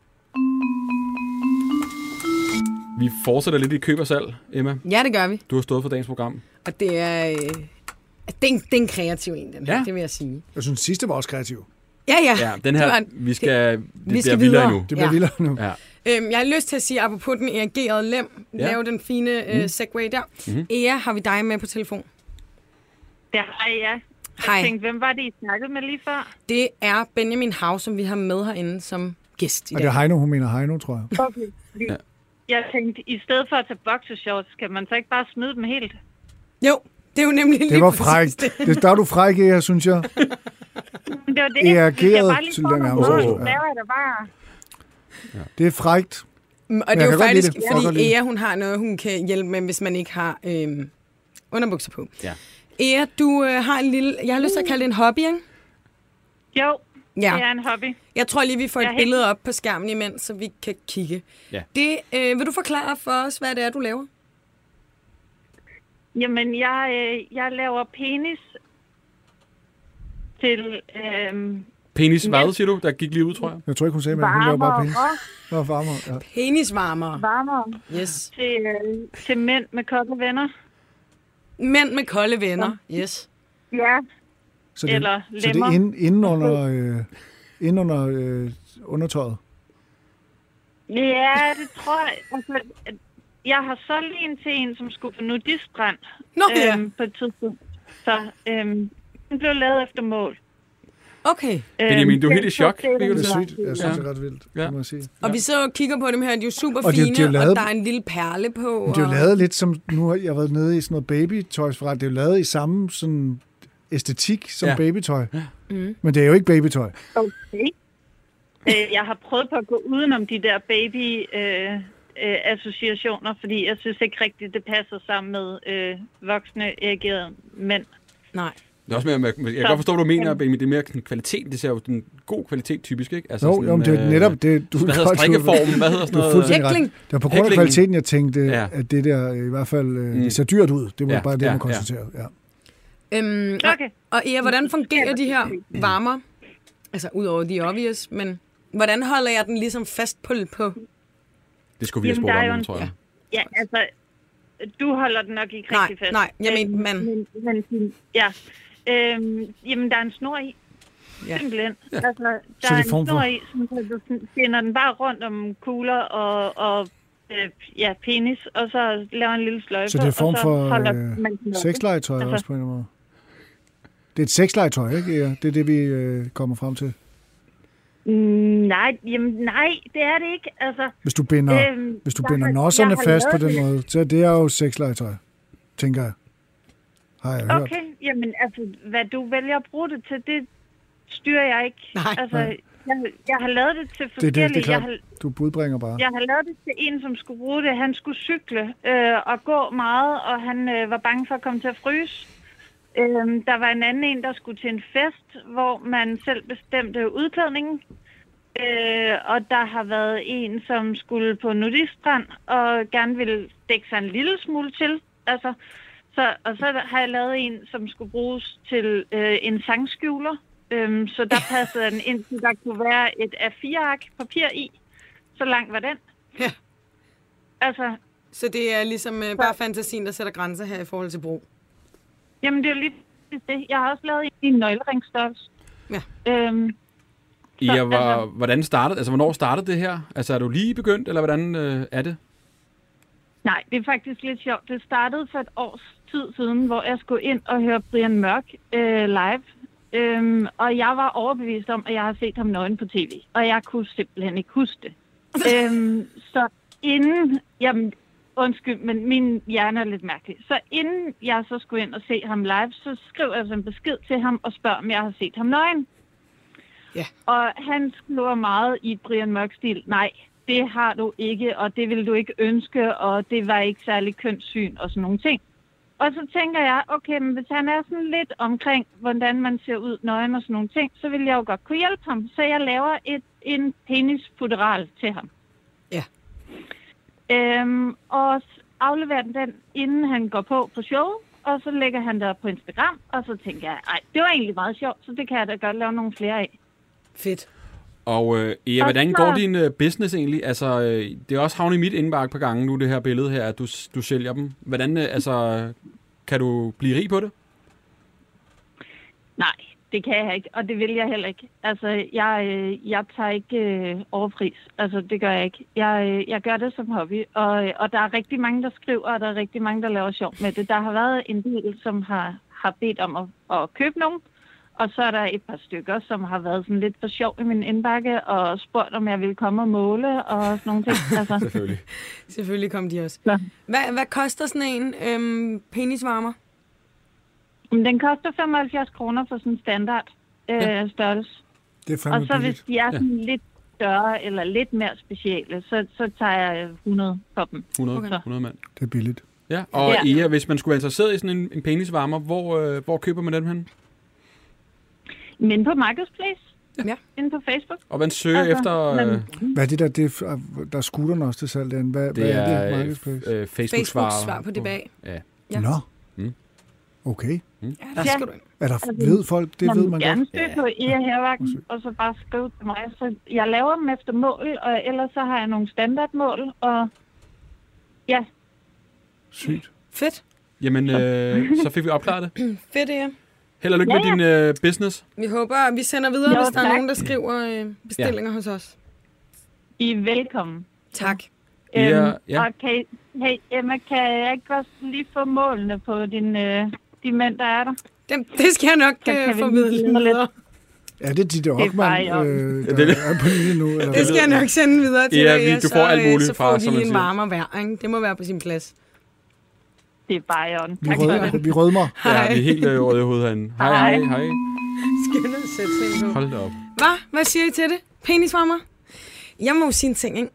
Vi fortsætter lidt i køb og salg, Emma. Ja, det gør vi. Du har stået for dagens program. Og det er en kreativ en, den her, det vil jeg sige. Jeg synes, sidste var også kreativ. Ja, den her, vi skal vildere nu. Det bliver vildere nu. Ja. Jeg har lyst til at sige, apropos den erigerede lem, lave den fine segway der. Ea, har vi dig med på telefon? Ja, hej, ja. Hej. Jeg tænkte, hvem var det, I snakkede med lige før? Det er Benjamin Hav, som vi har med herinde som gæst i dag. Og det er Heino, hun mener Heino, tror jeg. Okay. Ja. Jeg tænkte, i stedet for at tage boxershorts, kan man så ikke bare smide dem helt? Jo, det er jo nemlig lige det var frækt. Der er du fræk, Ea, synes jeg. Det var det. Jeg bare lige få nogle mål, laver jeg der bare. Ja. Det er frækt. Og det er jo faktisk, fordi Ea, hun har noget, hun kan hjælpe med, hvis man ikke har underbukser på. Ja. Ea, du har en lille, jeg har lyst til at kalde det en hobby, ikke? Jo, Ja. Det er en hobby. Jeg tror lige, vi får et billede op på skærmen imens, så vi kan kigge. Ja. Vil du forklare for os, hvad det er, du laver? Jamen, jeg laver penis til... Penis hvad, siger du? Der gik lige ud, tror jeg. Jeg tror ikke, hun sagde, men hun laver bare penis. Varmer. Ja. Penisvarmer. Varmer. Yes. Til mænd med kolde venner. Mænd med kolde venner, yes. Ja. Så det er inden under undertøjet? Ja, det tror jeg. Altså, jeg har solgt en, som skulle på nudiststrand på et tidspunkt. Så den blev lavet efter mål. Okay. Benjamin, du er helt i chok. Det er sygt. Jeg synes, det er ret vildt, må jeg sige. Og vi så og kigger på dem her, de er jo super fine, og der er en lille perle på. Det er jo lavet lidt som, nu har jeg været nede i sådan noget babytøjs, det er jo lavet i samme sådan æstetik som babytøj. Men det er jo ikke babytøj. Okay. Jeg har prøvet på at gå udenom de der baby-associationer, fordi jeg synes ikke rigtigt, det passer sammen med voksne ergerede mænd. Nej. Det er også mere, jeg kan godt forstå, hvad du mener, Benjamin. Det er mere kvalitet. Det ser jo en god kvalitet typisk, ikke? Altså jo, det er netop det. Hvad hedder strikkeformen? Hvad hedder sådan noget? Hækling. Det var på grund af kvaliteten, jeg tænkte, at det der i hvert fald det ser dyrt ud. Det var bare det, man konstaterede. Ja. Okay. Og Ea, hvordan fungerer de her varmer? Altså, udover de obvious, men hvordan holder jeg den ligesom fast på? Det skulle vi have spurgt om, tror jeg. Ja, altså, du holder den nok ikke rigtig fast. Nej, jeg mener, men ja. Jamen, der er en snor i. Ja. Simpelthen. Ja. Altså, der er en snor i, så du finder den bare rundt om kugler og penis, og så laver en lille sløjfe. Så det er form for sexlegetøj også på en måde? Det er et sexlegetøj, ikke? Ja, det er det, vi kommer frem til. Nej, det er det ikke. Altså, hvis du binder nosserne fast på den måde, så det er jo sexlegetøj, tænker jeg. Har jeg hørt. Okay, jamen altså, hvad du vælger at bruge det til, det styrer jeg ikke. Nej. Altså, jeg har lavet det til forskellige... Det er klart. Du budbringer bare. Jeg har lavet det til en, som skulle bruge det. Han skulle cykle og gå meget, og han var bange for at komme til at fryse. Der var en anden en, der skulle til en fest, hvor man selv bestemte udklædningen. Og der har været en, som skulle på nudiststrand og gerne ville dække sig en lille smule til. Altså, og så har jeg lavet en, som skulle bruges til en sangskjuler. Så der passede den ind til, der kunne være et A4-ark papir i. Så langt var den. Ja. Altså, så det er ligesom bare fantasien, der sætter grænser her i forhold til brug? Jamen, det er jo lige det. Jeg har også lavet en nøgleringstørrelse. Ja. Hvordan startede, altså hvornår startede det her? Altså er du lige begyndt, eller hvordan er det? Nej, det er faktisk lidt sjovt. Det startede for et års tid siden, hvor jeg skulle ind og høre Brian Mørk live. Og jeg var overbevist om, at jeg har set ham nøgen på tv. Og jeg kunne simpelthen ikke huske det. Så inden... Jamen, undskyld, men min hjerne er lidt mærkelig. Så inden jeg så skulle ind og se ham live, så skrev jeg en besked til ham og spørger, om jeg har set ham nøgen. Ja. Og han skriver meget i Brian Mørk-stil, nej, det har du ikke, og det vil du ikke ønske, og det var ikke særlig kønssyn og sådan nogle ting. Og så tænker jeg, okay, men hvis han er sådan lidt omkring, hvordan man ser ud nøgen og sådan nogle ting, så vil jeg jo godt kunne hjælpe ham. Så jeg laver en penisfutteral til ham. Ja. Og afleverer den, inden han går på showet, og så lægger han der på Instagram, og så tænker jeg, ej, det var egentlig meget sjovt, så det kan jeg da godt lave nogle flere af. Fedt. Og Ea, hvordan går din business egentlig? Altså, det er også havnet i mit indbakke på gangen nu, det her billede her, at du sælger dem. Hvordan, kan du blive rig på det? Nej, det kan jeg ikke, og det vil jeg heller ikke. Altså, jeg tager ikke overpris. Altså, det gør jeg ikke. Jeg gør det som hobby, og der er rigtig mange, der skriver, og der er rigtig mange, der laver sjov med det. Der har været en del, som har bedt om at købe nogen, og så er der et par stykker, som har været sådan lidt for sjov i min indbakke, og spurgt, om jeg ville komme og måle, og sådan nogle ting. Altså. Selvfølgelig. Selvfølgelig kom de også. Ja. Hvad koster sådan en penisvarmer? Den koster 75 kroner for sådan en standard størrelse. Det er og så hvis de er sådan lidt større, eller lidt mere specielle, så tager jeg 100 for dem. 100 mand. Det er billigt. Ja, og Ea, hvis man skulle være interesseret i sådan en penisvarmer, hvor køber man den hen? Men på Marketplace. inde på Facebook. Og man søger efter... Hvad er det der? Der er scooteren også til salg. Hvad er det? Facebook-svar på det bag. Ja. Nå. Okay. Ja, der skal du ind. Er der ved folk? Det ved man godt. gerne søge på IA Herværken, og så bare skrive til mig. Så jeg laver dem efter mål, og ellers så har jeg nogle standardmål, og ja. Sygt. Fedt. Jamen, så fik vi opklaret det. Fedt, ja. Held og lykke med din business. Vi håber, vi sender videre, hvis der er nogen, der skriver bestillinger hos os. I er velkommen. Tak. Og hey, Emma, kan jeg ikke også lige få målene på de mænd, der er der? Det skal jeg nok formidle videre. Ja, det er Ditte Ockmann, der er på linje nu. Eller det skal jeg nok sende videre til jer, du får alt muligt så får de lige en varmere vejr. Ikke? Det må være på sin plads. Det er Bayern. Vi rødmer. Ja, vi er helt røde i hovedet herinde. Hej. Skal du sætte ting på? Hold da op. Hvad siger I til det? Penisvarmer? Jeg må jo sige en ting, ikke?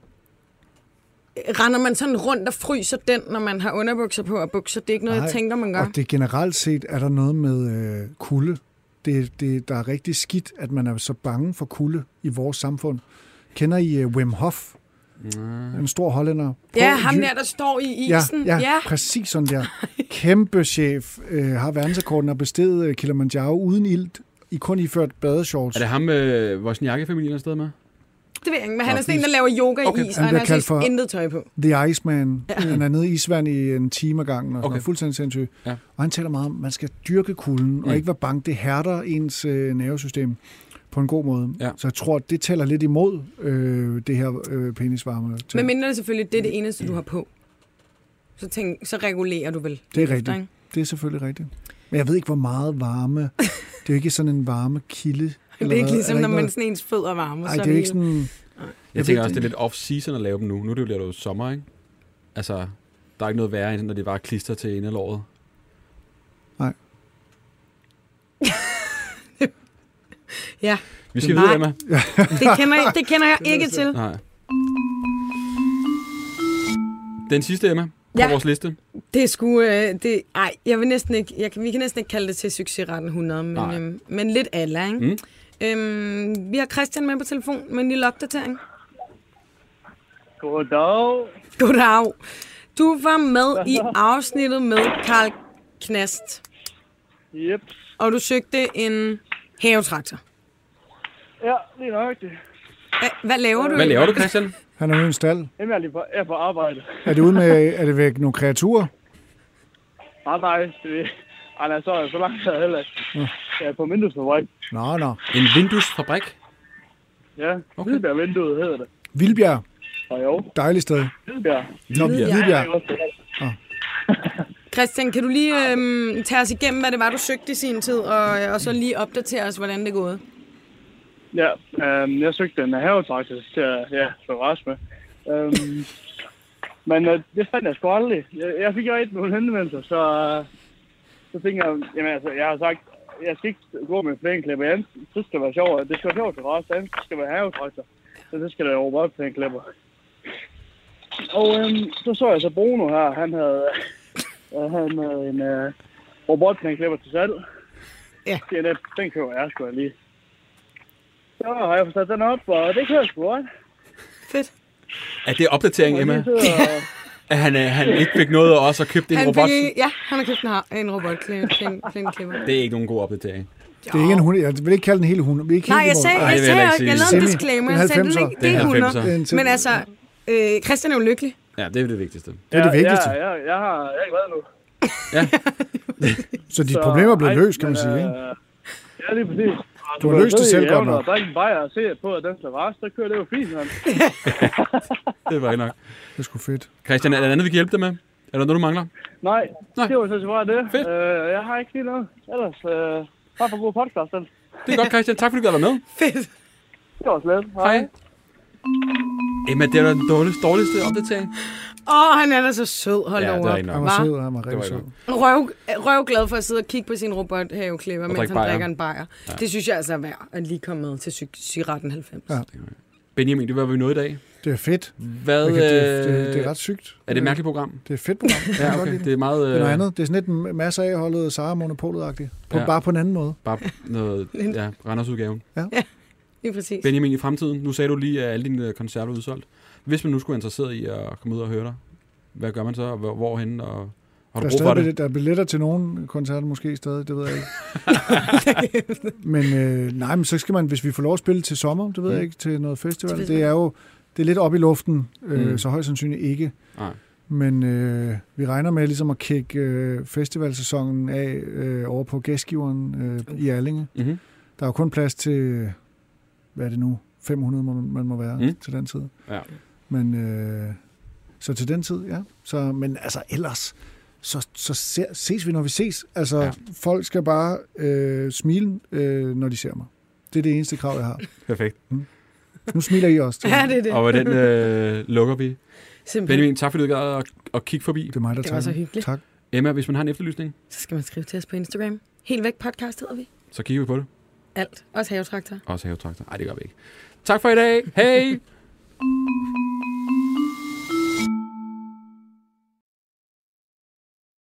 Render man sådan rundt og fryser den, når man har underbukser på og bukser? Det er ikke noget, jeg tænker, man gør. Og det generelt set er der noget med kulde. Der er rigtig skidt, at man er så bange for kulde i vores samfund. Kender I Wim Hof? En stor hollænder. Ja, ham der står i isen. Ja, præcis sådan der. Kæmpe chef, har verdensrekorden og besteget Kilimanjaro uden ilt, kun iført badeshorts. Er det ham, Wozniacki-familien er afsted med? Det ved jeg ikke, men han er sådan en, der laver yoga i is, og han har altså intet tøj på. The Iceman. Ja. Han er nede i isvand i en time ad gangen, og sådan fuldstændig sindssygt. Ja. Og han taler meget om, at man skal dyrke kulden, og ikke være bange. Det hærder ens nervesystem på en god måde. Ja. Så jeg tror, det tæller lidt imod det her penisvarme. Men mindre det selvfølgelig, det er det eneste, du har på. Så regulerer du vel. Det er rigtigt. Ikke? Det er selvfølgelig rigtigt. Men jeg ved ikke, hvor meget varme. Det er jo ikke sådan en varmekilde. Det er ikke ligesom, når man sådan ens fødder varme. Nej, det er ikke sådan... Jeg tænker også, det er lidt off-season at lave dem nu. Nu er det jo lidt sommer, ikke? Altså, der er ikke noget værre, end når det bare klister til ene af låret. Nej. Ja. Vi skal videre, Emma. Det kender jeg ikke til. Nej. Den sidste, Emma, på vores liste. Det er sgu... jeg vil næsten ikke... vi kan næsten ikke kalde det til succesretten 100, men lidt alle, ikke? Vi har Christian med på telefon med en lille opdatering. Goddag. Du var med i afsnittet med Karl Knast. Yep. Og du søgte en havetraktor. Ja, lige nøjagtigt. Hvad laver du? Hvad laver du, Christian? Han er ude i en stald. Jeg er på arbejde. Er det væk nogle kreaturer? Nej. Nej, så langt er jeg heller ikke. Jeg er på vinduesfabrik. Nå. En vinduesfabrik? Ja, okay. Vildbjerg-vinduet hedder det. Vildbjerg? Jo. Dejligt sted. Vildbjerg. Christian, kan du lige tage os igennem, hvad det var, du søgte i sin tid, og så lige opdatere os, hvordan det er gået? Ja, jeg søgte en havetraktor til at slå rest med. Men det fandt jeg sgu aldrig. Jeg fik jo nogle henvendelser, så tænkte jeg, jamen altså, jeg har sagt, jeg skal ikke gå med plæneklipper. Jeg synes, det skal være sjovt. Det skal være sjovt til rest. Det skal være havetraktor. Så det skal der jo bare plæneklipper. Og så jeg så Bruno her. Han havde en robotplæneklipper til salg. Ja. Den køber jeg sgu lige. Så har jeg sat den op, og det kører sgu godt. Fedt. Er det opdatering, Emma? At han ikke fik noget af os og købte en robot? Ja, han har købt en robotplæneklipper. Det er ikke nogen god opdatering. Det er ikke en 100. Jeg vil ikke kalde den hele 100. Nej, jeg lavede en disclaimer. Jeg sagde, det er 100. Men altså, Christian er jo lykkelig. Ja, det er det vigtigste. Det er det vigtigste. Jeg er glad nu. Ja. Så dit problem er blevet løst, kan man sige, ikke? Ja, lige præcis. Du har løst det selv godt nok. Og drikke en bajer og se på, at den skal rest, så kører det jo fint, man. Det var ikke nok. Det er sgu fedt. Christian, er der andet, vi kan hjælpe dig med? Er der noget, du mangler? Nej. Det var så bare det. Fedt. Jeg har ikke lige noget. Ellers, bare for god podcast, den. Det er godt, Christian. Tak, fordi du gad være med. Fedt. Det var slet. Hej. Emma, det er den dårligste opdatering. Han er da så sød. Hold over. Han var sød, han var rigtig sød. Røvglad for at sidde og kigge på sin robothaveklipper, mens han drikker en bajer. Ja. Det synes jeg altså er værd at lige komme med til succesretten 90. Ja. Benjamin, det var vi nået i dag. Det er fedt. Hvad, det er ret sygt. Er det et mærkeligt program? Det er et fedt program. Ja, okay. Det er meget... Det er noget andet. Det er sådan lidt masser af holdet Sara Monopolet-agtigt. Bare på en anden måde. Bare noget, Randers-udgaven. Ja. Lige præcis. Benjamin, i fremtiden, nu sagde du lige, at alle dine koncerter er udsolgt. Hvis man nu skulle være interesseret i at komme ud og høre dig, hvad gør man så? Hvorhen? Og har du brug for det? Der er billetter til nogle koncerter måske stadig, det ved jeg ikke. Men så skal man, hvis vi får lov at spille til sommer, det ved jeg ikke, til noget festival, det er lidt op i luften, så højst sandsynligt ikke. Nej. Men vi regner med ligesom at kigge festivalsæsonen af over på gæstgiveren i Allinge. Mm-hmm. Der er jo kun plads til, hvad er det nu, 500 man må være til den tid. Ja. Men så til den tid, ja. Så, men altså ellers, så ses vi, når vi ses. Altså, folk skal bare smile, når de ser mig. Det er det eneste krav, jeg har. Perfekt. Nu smiler I også. Ja, det er det. Og den lukker vi. Simpelthen. Benjamin, tak fordi du gad at kigge forbi. Det er mig, der tager. Det var så hyggeligt. Tak. Emma, hvis man har en efterlysning, så skal man skrive til os på Instagram. Helt væk podcast hedder vi. Så kigger vi på det. Alt. Også havetraktor. Også havetraktor. Nej, det gør vi ikke. Tak for i dag. Hej!